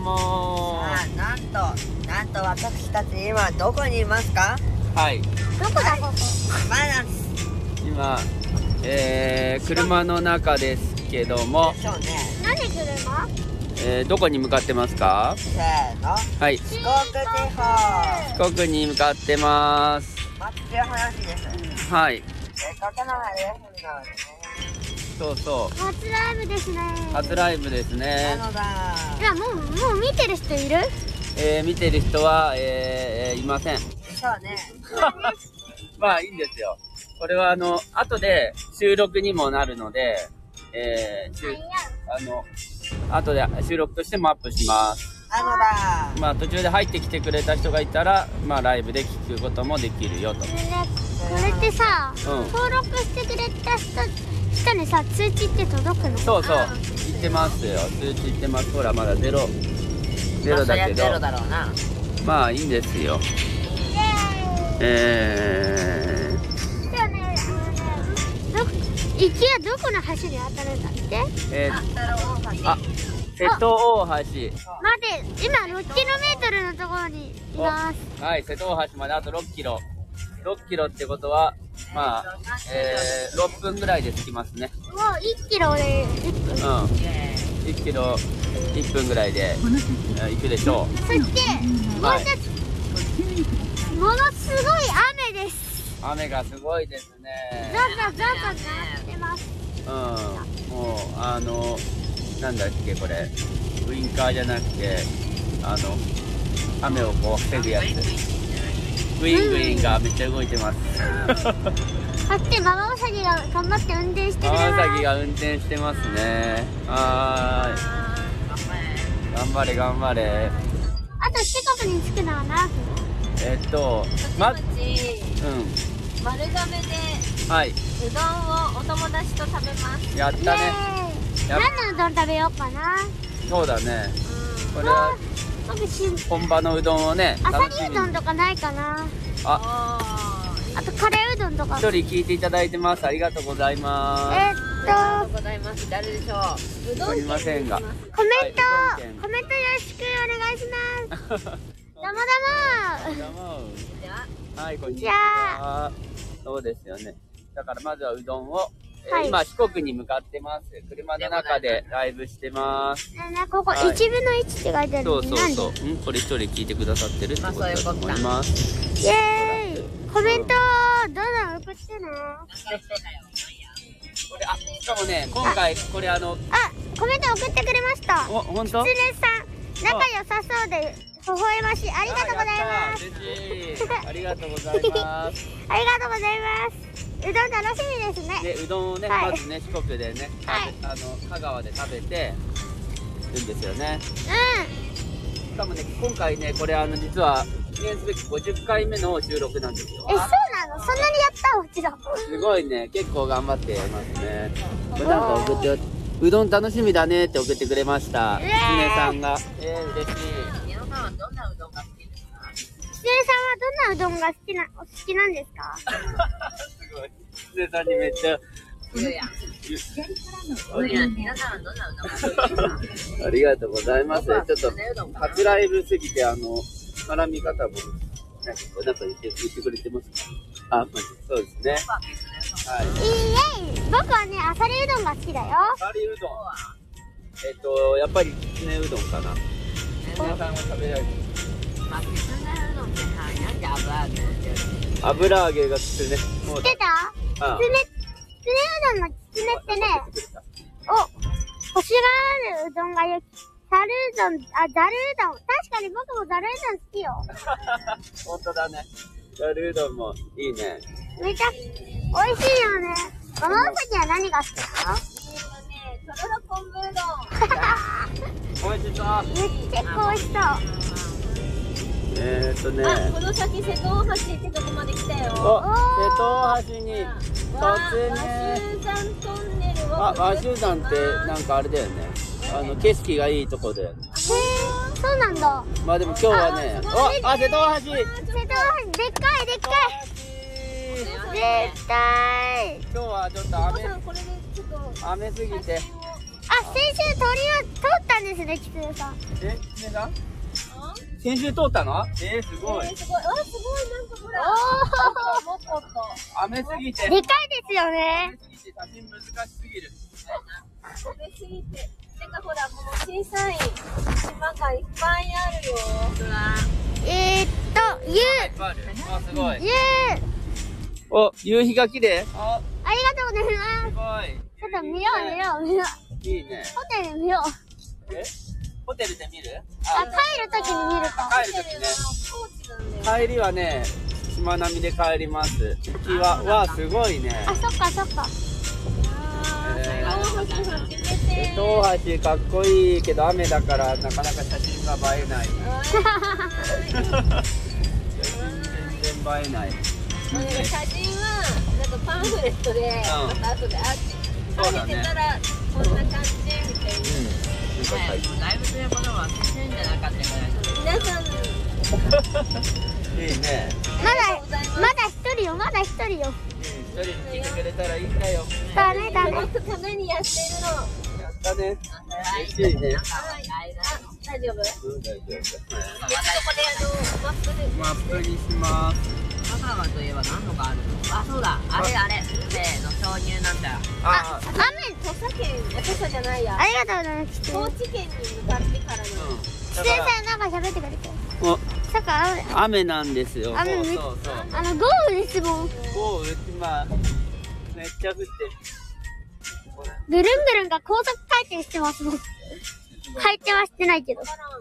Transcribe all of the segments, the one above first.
も。 なんと私たち今どこにいますか？ はい。 どこだここ。 今、車の中ですけども。 そうね。 何車？ どこに向かってますか？ せーの。 はい。 四国地方。 四国に向かってます。 っていう話です。 はい。 せっかくの春休みなのでね。 そうそう。 初ライブですね。 初ライブですね。 なのだ。 いやもう見てる人いる？ 見てる人は、いません。 そうね。 まあいいんですよ。これは後で収録にもなるので、後で収録としてもアップします。まあ途中で入ってきてくれた人がいたら、まあライブで聞くこともできるよと。 これってさ、登録してくれた人にさ、通知って届くの？ そうそう、言ってますよ。通知言ってます。ほら、まだゼロだけど。 ゼロだろうな。 まあいいんですよ。 行きはどこの橋に当たるんだって？ 瀬戸大橋。 待て、今6kmのところにいます。 はい、瀬戸大橋まであと6km。6kmってことは、まあ、6分ぐらいで着きますね。 もう1kmで1分。 1km、1分ぐらいで行くでしょう。 そして、もう一つ、ものすごい雨です。 雨がすごいですね。 ザザザザザってます。 もうなんだっけこれ、ウインカーじゃなくて雨をこう防ぐやつ。グイングインがめっちゃ動いてます。 そしてママウサギが頑張って運転してる。 ママウサギが運転してますね。はーい。頑張れ頑張れ。 あと四国に着くのは何分？ 丸亀で、 はい、 うどんをお友達と食べます。 やったね。 何のうどん食べようかな。 そうだね。これは本場のうどんをね。 あさりうどんとかないかな。あとカレーうどんとか。 一人聞いていただいてます。ありがとうございます。 ありがとうございます。誰でしょう。うどんわかりませんが。 コメントよろしくお願いします。どうもはい、こんにちは。そうですよね。だからまずはうどんを、今四国に向かってます。車の中でライブしてます。 ここ1分の1って書いてある。 そう。これ一人聞いてくださってるってことだと思います。 イエーイ。コメントどんどん送ってね。 これしかもね、今回これコメント送ってくれました。 本当？ きつねさん、仲良さそうで微笑ましい。ありがとうございます。 嬉しい。ありがとうございます。 ありがとうございます。うどん楽しみですね。 うどんをね、まずね、四国でね、香川で食べてるんですよね。しかもね、今回ね、これ実は記念すべき50回目の収録なんですよ。 そうなの？そんなにやったうちら。 すごいね、結構頑張ってますね。これなんか送って、うどん楽しみだねって送ってくれました。きつねさんが。嬉しい。 皆さんはどんなうどんが好きですか？ きつねさんはどんなうどんが好きなんですか？ すごい。きつねさんにめっちゃ。 皆さんはどんなうどんが好きですか？ ありがとうございます。ちょっと初ライブすぎて絡み方もなんか言ってくれてますか？そうですね。はい。 イエイ。僕はね、あさりうどんが好きだよ。 あさりうどん。やっぱりきつねうどんかな。皆さんは食べられる。 きつねうどんってなんで油揚げがきつね。 知ってた？きつねうどんのきつねってね、こしらあるうどんがよき。ざるうどん。確かに僕もざるうどん好きよ。 本当だね。ざるうどんもいいね。 めちゃ美味しいよね。ママウサギは何が好きなの？ とろろ昆布うどん。 美味しそう。 めっちゃ美味しそう。 この先瀬戸大橋ってとこまで来たよ。 瀬戸大橋に突入。 和州山トンネルを。 和州山ってなんかあれだよね。景色がいいとこだよね。 そうなんだ。 まあでも今日はね、瀬戸大橋。 でっかい。絶対。 今日はちょっと雨すぎて。 先週通ったんですですね、キツネさん。 キツネさん先週通ったの？すごい。 すごい。あ、すごい。なんかほら。もっともっと。 雨すぎて。 でかいですよね。 雨すぎて写真難しすぎる。 雨すぎて。てかほら、もう小さい島がいっぱいあるよ。 ゆいっぱいある。あ、すごい。 ゆお、夕日が綺麗。あ、 ありがとうございすます。 ごい。 ちょっと見よう。 いいね。 ホテル見よう。 ホテルで見る？ あ、帰るときに見るか。 帰るときね。帰りはね、しまなみで帰ります。浮き輪はすごいね。 あ、そっかそっか。 東橋かっこいいけど雨だからなかなか写真が映えない。全然映えない。 写真はなんかパンフレットでまた後であげてたらこんな感じみたいな。 ライブというものは写真じゃなかったから皆さんいいね。 まだ一人よ。 一人に来てくれたらいいんだよ。 だね。 僕ためにやってるの。 やったね。嬉しいね。 大丈夫？ 大丈夫。 ここでマップにします。 香川といえば何のがあるの？あ、そうだ。あれ。せーの、鍾乳なんだ。 あ、 土佐県、土佐じゃないや。 ありがとうございます。 高知県に向かってからの。 キツネさんなんか喋ってくれて。 お、 そっか、 雨なんですよ。 雨そう。 豪雨ですもん。 豪雨、今めっちゃ降ってる。 ブルンブルンが高速回転してますもん。回転はしてないけど。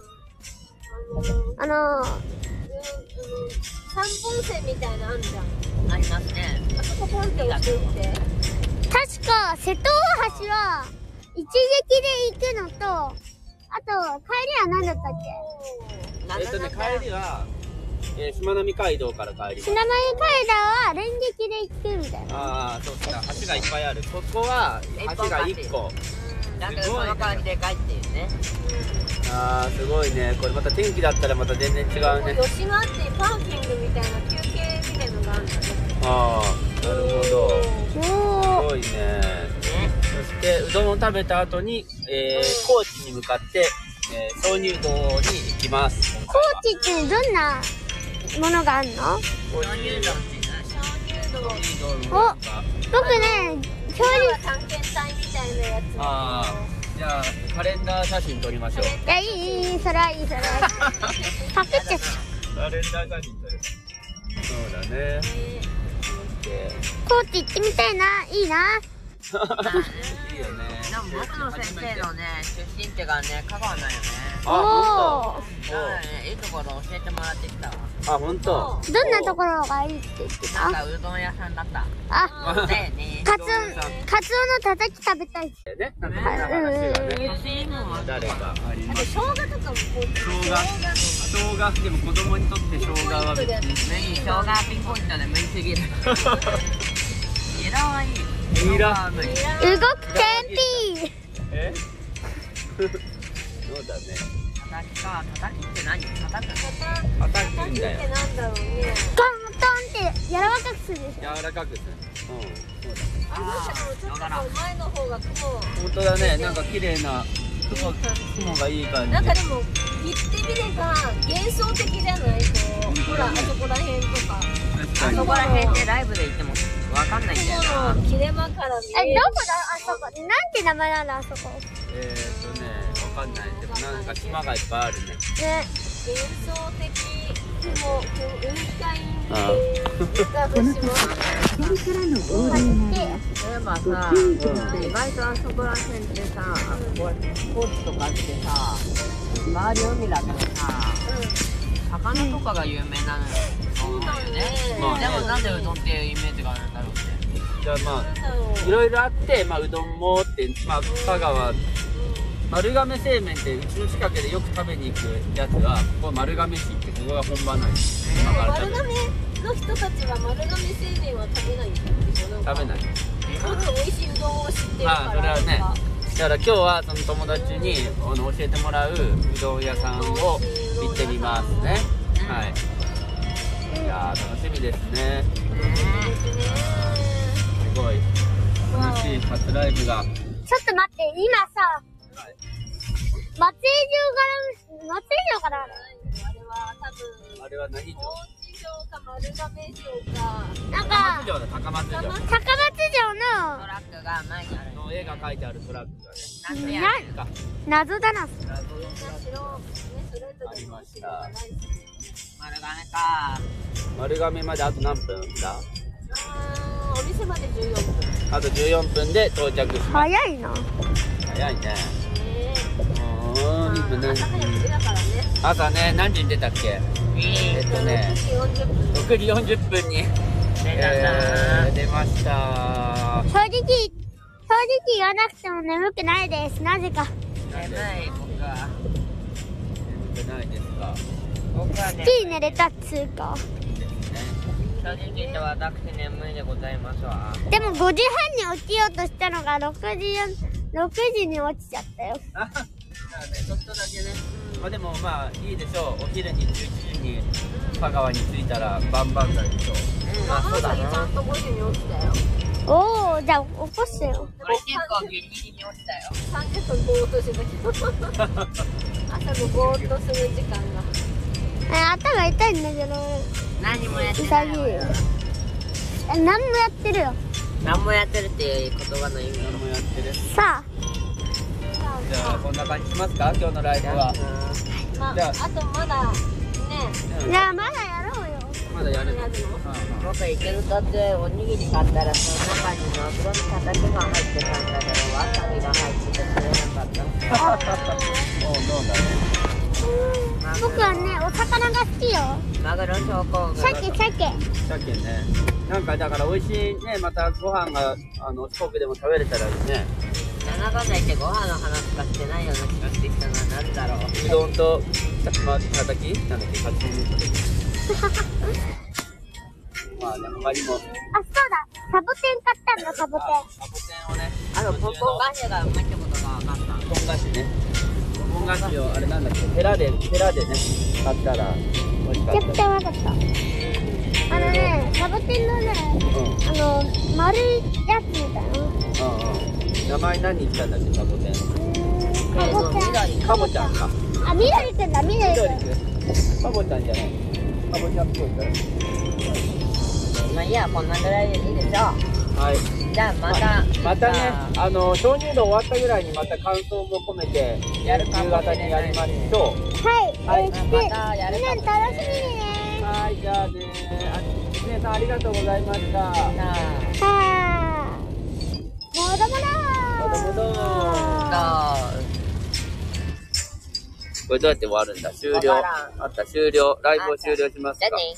三本線みたいなのあんじゃん。 ありますね。 あそこポンって押しておいて。 確か、瀬戸大橋は、一撃で行くのと、あと、帰りは何だったっ帰りは、しまなみ海道から帰ります。 け？しなまみ海道は連撃で行くみたいな。 ああ、そうか。橋がいっぱいある。ここは橋が1個。 だけどその感じでかいっていうね。 ああ、すごいね。これまた天気だったらまた全然違うね。 吉間ってパーキングみたいな休憩みたいなのがあるんだね。 ああ、なるほど。すごいね。そしてうどんを食べた後に、高知に向かって、鍾乳洞に行きます。 高知ってどんなものがあるの？ 鍾乳洞お、僕ね、 今日は探検隊みたいなやつ。 ああ、じゃあカレンダー写真撮りましょう。 いや、いい、それはいい。パクっちゃった。 カレンダー写真撮る。そうだね。 高知行ってみたいな、いいな。 いいよね。 でも僕の先生のね、出身地がね、香川なんよね。 あ、 だからね、いいところ教えてもらってきたわ。 あ、本当。 どんなところがいいって言ってた？ なんかうどん屋さんだった。 あ、 だよね。 カツオのたたき食べたい。 ね、なんかそんな話がね。誰かあります。 生姜とかも生姜でも子供にとって生姜は別に生姜ピンポイントで無理すぎる。ニラはいい。 ニラ。 動く天日。 そうだね。 叩きか。叩きって何？叩く。 叩くんだよ。 ってなんだろうね。 トンって柔らかくするでしょ。 柔らかくする。そうだ。 ちょっと前の方が雲。 本当だね。なんか綺麗な雲がいい感じ。 なんかでも言ってみれば幻想的じゃない？ほらあそこら辺とか。 あそこら辺でライブで行ってもわかんないんだよな。 切れ間から見える。 どこだあそこ？なんて名前なんだあそこ？ わかんない。でもなんか島がいっぱいあるね。 ね。 幻想的雲雲海に浮かぶ島。 例えばさ、意外とあそこら辺ってさ、高知とかってさ、周り海だけどさ、魚とかが有名なのよ。そうだよね。でもなんでうどんっていうイメージがあるんだろうって。 じゃあまあいろいろあって、まあうどんもって、まあ香川丸亀製麺ってうちの近くでよく食べに行くやつはここ丸亀市ってここが本場なんですよ。 丸亀の人たちは丸亀製麺は食べないんだけど、 食べない。 もっと美味しいうどんを知ってるから。 ああ、それはね。だから今日はその友達に教えてもらううどん屋さんを行ってみますね。はい。いやー楽しみですね。すごい楽しい初ライブが。 ちょっと待って、今さ、 はい松江城からある。 あれは多分あれは何城？ 高知城か丸亀城かなん高か松、城だ、高松城。 高松城トラックが前にある。 の絵が描いてあるトラックがね。 なんでやねん。 か。 の謎だな。 みんな城ねそれぞれの城がない丸亀か。 丸亀まであと何分だ？ お店まで14分あと14分で到着します。 早いな。 早いね。 ね 2分何時？ 朝早く出たからね朝ね、何時に出たっけ？ね、 6時40分 6時40分に、出ました。 正直言わなくても眠くないです。なぜか。 眠い、僕は。 眠くないですか？ 僕はねすっ、きり寝れたっつうか。 正直言って私眠いでございますわ。 でも5時半に起きようとしたのが6時に落ちちゃったよ。 あ、だからね、ちょっとだけね。まあでもまあいいでしょう。お昼に11時に香川に着いたらバンバンだでしょう。 まあそうだな。 ちゃんと5時に起きたよおー、じゃあ起こすよ。 俺結構ギリギリに落ちたよ。 30分ぼーっとしてたけど朝のぼーっとする時間が頭痛いんだけど、 何もやって潔ないよ。 いよ。何もやってるよ。 何もやってるっていう言葉の意味何もやってる。 さあ、 じゃあこんな感じしますか？今日のライブは。 まあ、 じゃああとまだねじゃあまだやろうよ。 まだやるの？ やるの僕行ける途中おにぎり買ったらその中にマグロのたたきが入ってたんだけどわさびが入ってて食えなかったおう、どうだね。 僕はね、お魚が好きよ。 マグロ症候群鮭。 鮭ね。なんかだから美味しいね、またご飯が四国でも食べれたらいいね。 7分ないってご飯の話しかしてないような気がしてきたのは何だろう。 うどんとたたきなんだっけ、カツオのたたき。まあね、他にもあ、そうだ。サボテン買ったんだ、サボテン。 サボテンをね、 ポンポン菓子がうまいってことが分かった。 ポン菓子ね。ポン菓子をあれなんだっけ、ヘラでね買ったら美味しかった。 めちゃくちゃうまかった。サボテンのね、丸いやつみたいな。 名前何にしたんだっけ、サボテン。 サボテン。 カボちゃんか。 あ、緑くんだ、緑くん。 カボちゃんじゃない。カボちゃんっぽいから。 まあいいや、こんなぐらいでいいでしょう。 はい。 じゃあまたね、鍾乳洞終わったぐらいにまた感想も込めて、 やるか夕方もしれないにやりましょう。 はい。 またやるかもしれない楽しみにね。 はい、じゃあね、ねさんありがとうございました。 さあはー。もどもどうもどうもどこれどうやって終わるんだ？終了。 わからんあった、終了。ライブを終了しますかじゃあ。ね